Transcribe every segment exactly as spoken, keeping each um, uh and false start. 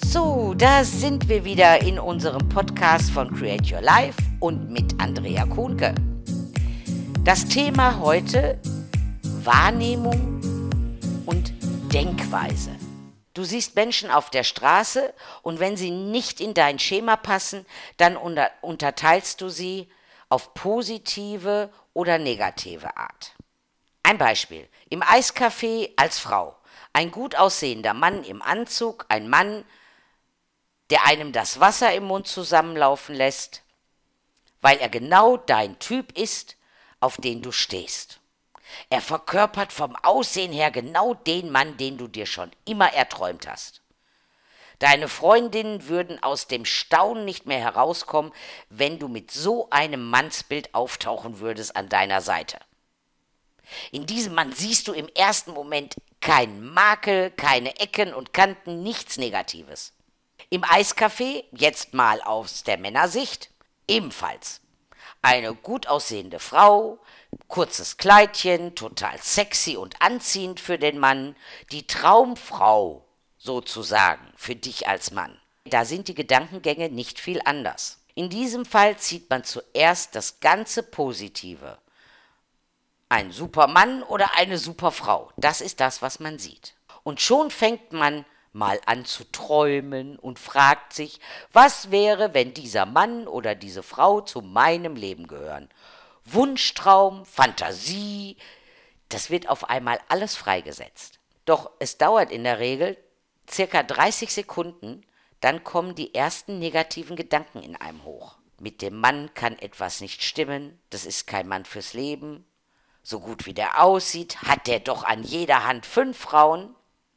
So, da sind wir wieder in unserem Podcast von Create Your Life und mit Andrea Kuhnke. Das Thema heute: Wahrnehmung und Denkweise. Du siehst Menschen auf der Straße und wenn sie nicht in dein Schema passen, dann unter, unterteilst du sie auf positive oder negative Art. Ein Beispiel: Im Eiscafé als Frau. Ein gut aussehender Mann im Anzug, ein Mann, der einem das Wasser im Mund zusammenlaufen lässt, weil er genau dein Typ ist, auf den du stehst. Er verkörpert vom Aussehen her genau den Mann, den du dir schon immer erträumt hast. Deine Freundinnen würden aus dem Staunen nicht mehr herauskommen, wenn du mit so einem Mannsbild auftauchen würdest an deiner Seite. In diesem Mann siehst du im ersten Moment keinen Makel, keine Ecken und Kanten, nichts Negatives. Im Eiscafé, jetzt mal aus der Männersicht, ebenfalls eine gut aussehende Frau, kurzes Kleidchen, total sexy und anziehend für den Mann, die Traumfrau sozusagen für dich als Mann. Da sind die Gedankengänge nicht viel anders. In diesem Fall zieht man zuerst das ganze Positive. Ein super Mann oder eine super Frau, das ist das, was man sieht. Und schon fängt man mal an zu träumen und fragt sich, was wäre, wenn dieser Mann oder diese Frau zu meinem Leben gehören? Wunschtraum, Fantasie, das wird auf einmal alles freigesetzt. Doch es dauert in der Regel circa dreißig Sekunden, dann kommen die ersten negativen Gedanken in einem hoch. Mit dem Mann kann etwas nicht stimmen, das ist kein Mann fürs Leben. So gut wie der aussieht, hat der doch an jeder Hand fünf Frauen.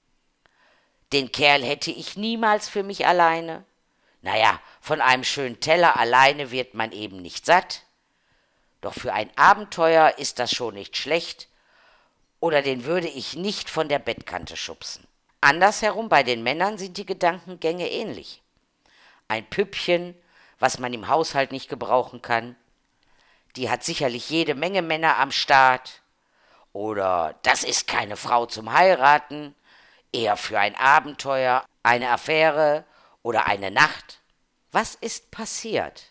Den Kerl hätte ich niemals für mich alleine. Naja, von einem schönen Teller alleine wird man eben nicht satt. Doch für ein Abenteuer ist das schon nicht schlecht. Oder den würde ich nicht von der Bettkante schubsen. Andersherum bei den Männern sind die Gedankengänge ähnlich. Ein Püppchen, was man im Haushalt nicht gebrauchen kann. Die hat sicherlich jede Menge Männer am Start. Oder das ist keine Frau zum Heiraten, eher für ein Abenteuer, eine Affäre oder eine Nacht. Was ist passiert?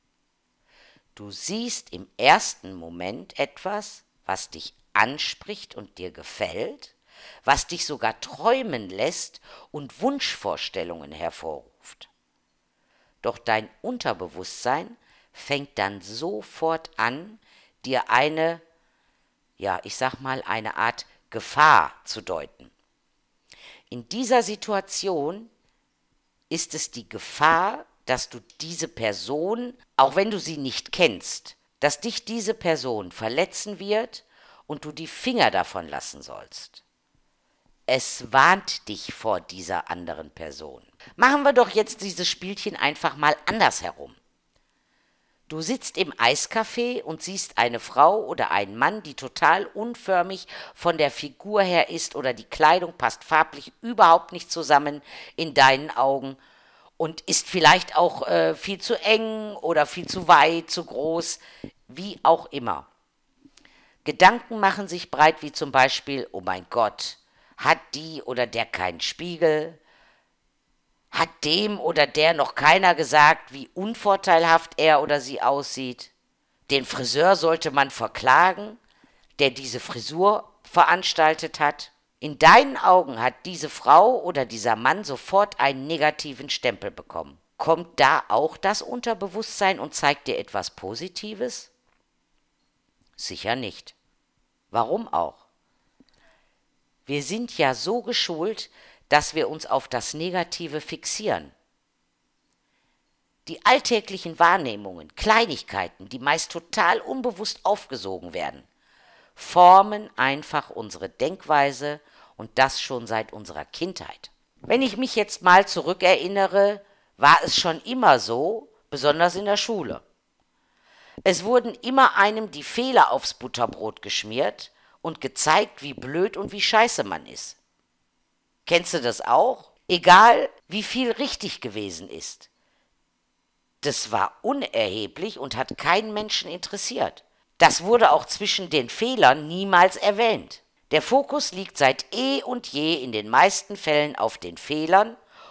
Du siehst im ersten Moment etwas, was dich anspricht und dir gefällt, was dich sogar träumen lässt und Wunschvorstellungen hervorruft. Doch dein Unterbewusstsein fängt dann sofort an, dir eine, ja, ich sag mal, eine Art Gefahr zu deuten. In dieser Situation ist es die Gefahr, dass du diese Person, auch wenn du sie nicht kennst, dass dich diese Person verletzen wird und du die Finger davon lassen sollst. Es warnt dich vor dieser anderen Person. Machen wir doch jetzt dieses Spielchen einfach mal andersherum. Du sitzt im Eiscafé und siehst eine Frau oder einen Mann, die total unförmig von der Figur her ist oder die Kleidung passt farblich überhaupt nicht zusammen in deinen Augen und ist vielleicht auch äh, viel zu eng oder viel zu weit, zu groß, wie auch immer. Gedanken machen sich breit, wie zum Beispiel: Oh mein Gott, hat die oder der keinen Spiegel? Hat dem oder der noch keiner gesagt, wie unvorteilhaft er oder sie aussieht? Den Friseur sollte man verklagen, der diese Frisur veranstaltet hat. In deinen Augen hat diese Frau oder dieser Mann sofort einen negativen Stempel bekommen. Kommt da auch das Unterbewusstsein und zeigt dir etwas Positives? Sicher nicht. Warum auch? Wir sind ja so geschult, dass wir uns auf das Negative fixieren. Die alltäglichen Wahrnehmungen, Kleinigkeiten, die meist total unbewusst aufgesogen werden, formen einfach unsere Denkweise und das schon seit unserer Kindheit. Wenn ich mich jetzt mal zurückerinnere, war es schon immer so, besonders in der Schule. Es wurden immer einem die Fehler aufs Butterbrot geschmiert und gezeigt, wie blöd und wie scheiße man ist. Kennst du das auch? Egal, wie viel richtig gewesen ist. Das war unerheblich und hat keinen Menschen interessiert. Das wurde auch zwischen den Fehlern niemals erwähnt. Der Fokus liegt seit eh und je in den meisten Fällen auf den Fehlern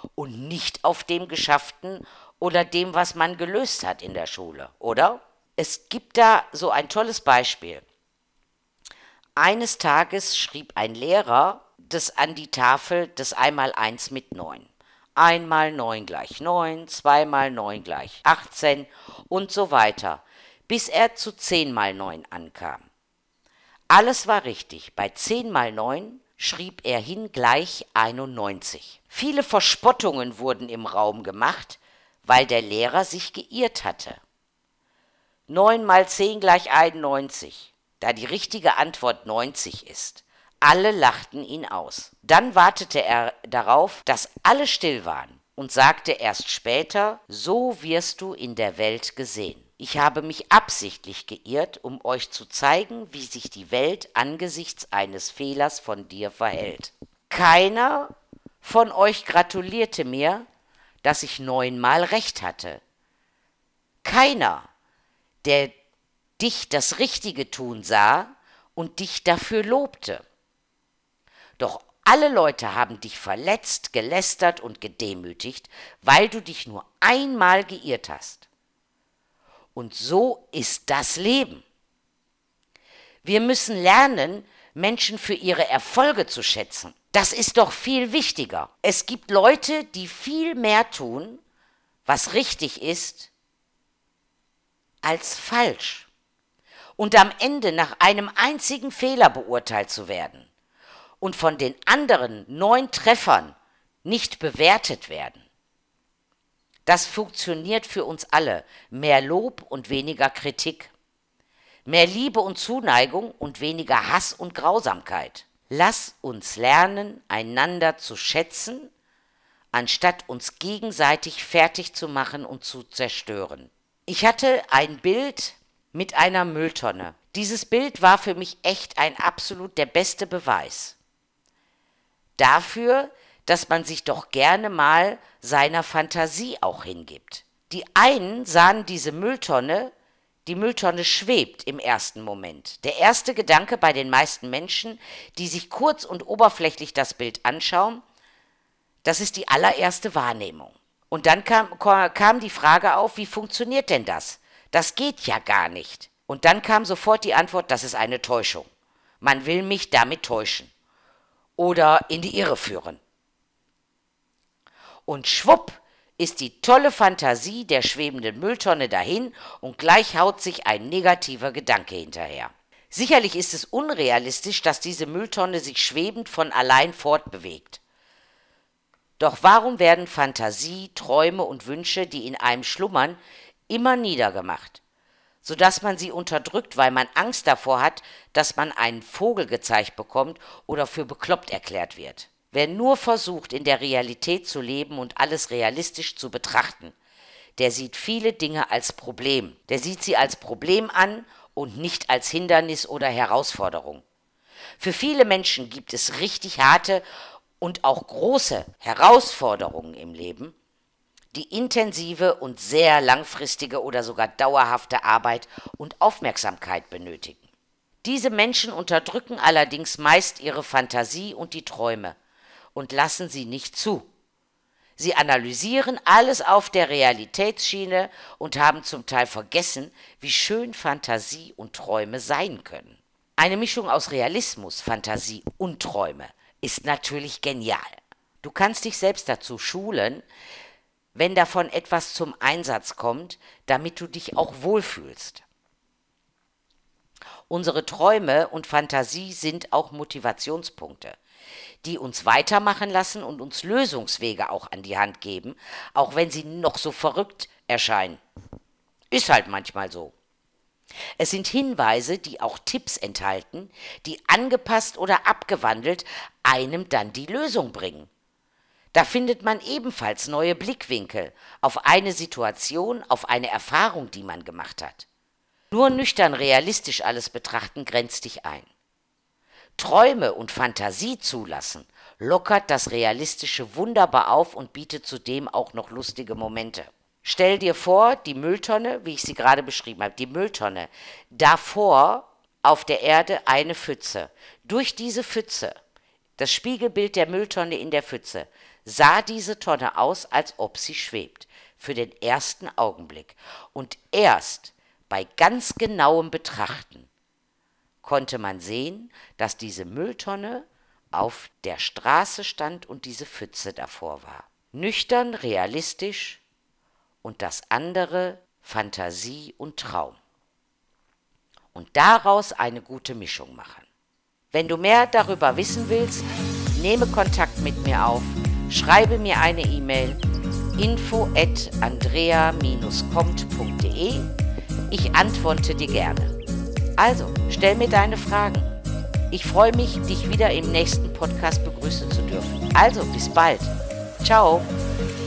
und nicht auf dem Geschafften oder dem, was man gelöst hat in der Schule, oder? Es gibt da so ein tolles Beispiel. Eines Tages schrieb ein Lehrer das an die Tafel das Einmaleins mit neun. Einmal neun gleich neun, zweimal neun gleich achtzehn und so weiter, bis er zu zehn mal neun ankam. Alles war richtig. Bei zehn mal neun schrieb er hin gleich einundneunzig. Viele Verspottungen wurden im Raum gemacht, weil der Lehrer sich geirrt hatte. neun mal zehn gleich einundneunzig, da die richtige Antwort neunzig ist. Alle lachten ihn aus. Dann wartete er darauf, dass alle still waren und sagte erst später: So wirst du in der Welt gesehen. Ich habe mich absichtlich geirrt, um euch zu zeigen, wie sich die Welt angesichts eines Fehlers von dir verhält. Keiner von euch gratulierte mir, dass ich neunmal recht hatte. Keiner, der dich das Richtige tun sah und dich dafür lobte. Doch alle Leute haben dich verletzt, gelästert und gedemütigt, weil du dich nur einmal geirrt hast. Und so ist das Leben. Wir müssen lernen, Menschen für ihre Erfolge zu schätzen. Das ist doch viel wichtiger. Es gibt Leute, die viel mehr tun, was richtig ist, als falsch. Und am Ende nach einem einzigen Fehler beurteilt zu werden und von den anderen neun Treffern nicht bewertet werden. Das funktioniert für uns alle. Mehr Lob und weniger Kritik. Mehr Liebe und Zuneigung und weniger Hass und Grausamkeit. Lass uns lernen, einander zu schätzen, anstatt uns gegenseitig fertig zu machen und zu zerstören. Ich hatte ein Bild mit einer Mülltonne. Dieses Bild war für mich echt ein absolut der beste Beweis dafür, dass man sich doch gerne mal seiner Fantasie auch hingibt. Die einen sahen diese Mülltonne, die Mülltonne schwebt im ersten Moment. Der erste Gedanke bei den meisten Menschen, die sich kurz und oberflächlich das Bild anschauen, das ist die allererste Wahrnehmung. Und dann kam, kam die Frage auf, wie funktioniert denn das? Das geht ja gar nicht. Und dann kam sofort die Antwort, das ist eine Täuschung. Man will mich damit täuschen oder in die Irre führen. Und schwupp ist die tolle Fantasie der schwebenden Mülltonne dahin und gleich haut sich ein negativer Gedanke hinterher. Sicherlich ist es unrealistisch, dass diese Mülltonne sich schwebend von allein fortbewegt. Doch warum werden Fantasie, Träume und Wünsche, die in einem schlummern, immer niedergemacht, sodass man sie unterdrückt, weil man Angst davor hat, dass man einen Vogel gezeigt bekommt oder für bekloppt erklärt wird? Wer nur versucht, in der Realität zu leben und alles realistisch zu betrachten, der sieht viele Dinge als Problem. Der sieht sie als Problem an und nicht als Hindernis oder Herausforderung. Für viele Menschen gibt es richtig harte und auch große Herausforderungen im Leben, die intensive und sehr langfristige oder sogar dauerhafte Arbeit und Aufmerksamkeit benötigen. Diese Menschen unterdrücken allerdings meist ihre Fantasie und die Träume und lassen sie nicht zu. Sie analysieren alles auf der Realitätsschiene und haben zum Teil vergessen, wie schön Fantasie und Träume sein können. Eine Mischung aus Realismus, Fantasie und Träume ist natürlich genial. Du kannst dich selbst dazu schulen, wenn davon etwas zum Einsatz kommt, damit du dich auch wohlfühlst. Unsere Träume und Fantasie sind auch Motivationspunkte, die uns weitermachen lassen und uns Lösungswege auch an die Hand geben, auch wenn sie noch so verrückt erscheinen. Ist halt manchmal so. Es sind Hinweise, die auch Tipps enthalten, die angepasst oder abgewandelt einem dann die Lösung bringen. Da findet man ebenfalls neue Blickwinkel auf eine Situation, auf eine Erfahrung, die man gemacht hat. Nur nüchtern realistisch alles betrachten grenzt dich ein. Träume und Fantasie zulassen, lockert das Realistische wunderbar auf und bietet zudem auch noch lustige Momente. Stell dir vor, die Mülltonne, wie ich sie gerade beschrieben habe, die Mülltonne, davor auf der Erde eine Pfütze. Durch diese Pfütze, Das Spiegelbild der Mülltonne in der Pfütze sah diese Tonne aus, als ob sie schwebt, für den ersten Augenblick. Und erst bei ganz genauem Betrachten konnte man sehen, dass diese Mülltonne auf der Straße stand und diese Pfütze davor war. Nüchtern, realistisch und das andere Fantasie und Traum. Und daraus eine gute Mischung machen. Wenn du mehr darüber wissen willst, nehme Kontakt mit mir auf, schreibe mir eine E-Mail info at andrea dash commt punkt de. Ich antworte dir gerne. Also, stell mir deine Fragen. Ich freue mich, dich wieder im nächsten Podcast begrüßen zu dürfen. Also, bis bald. Ciao.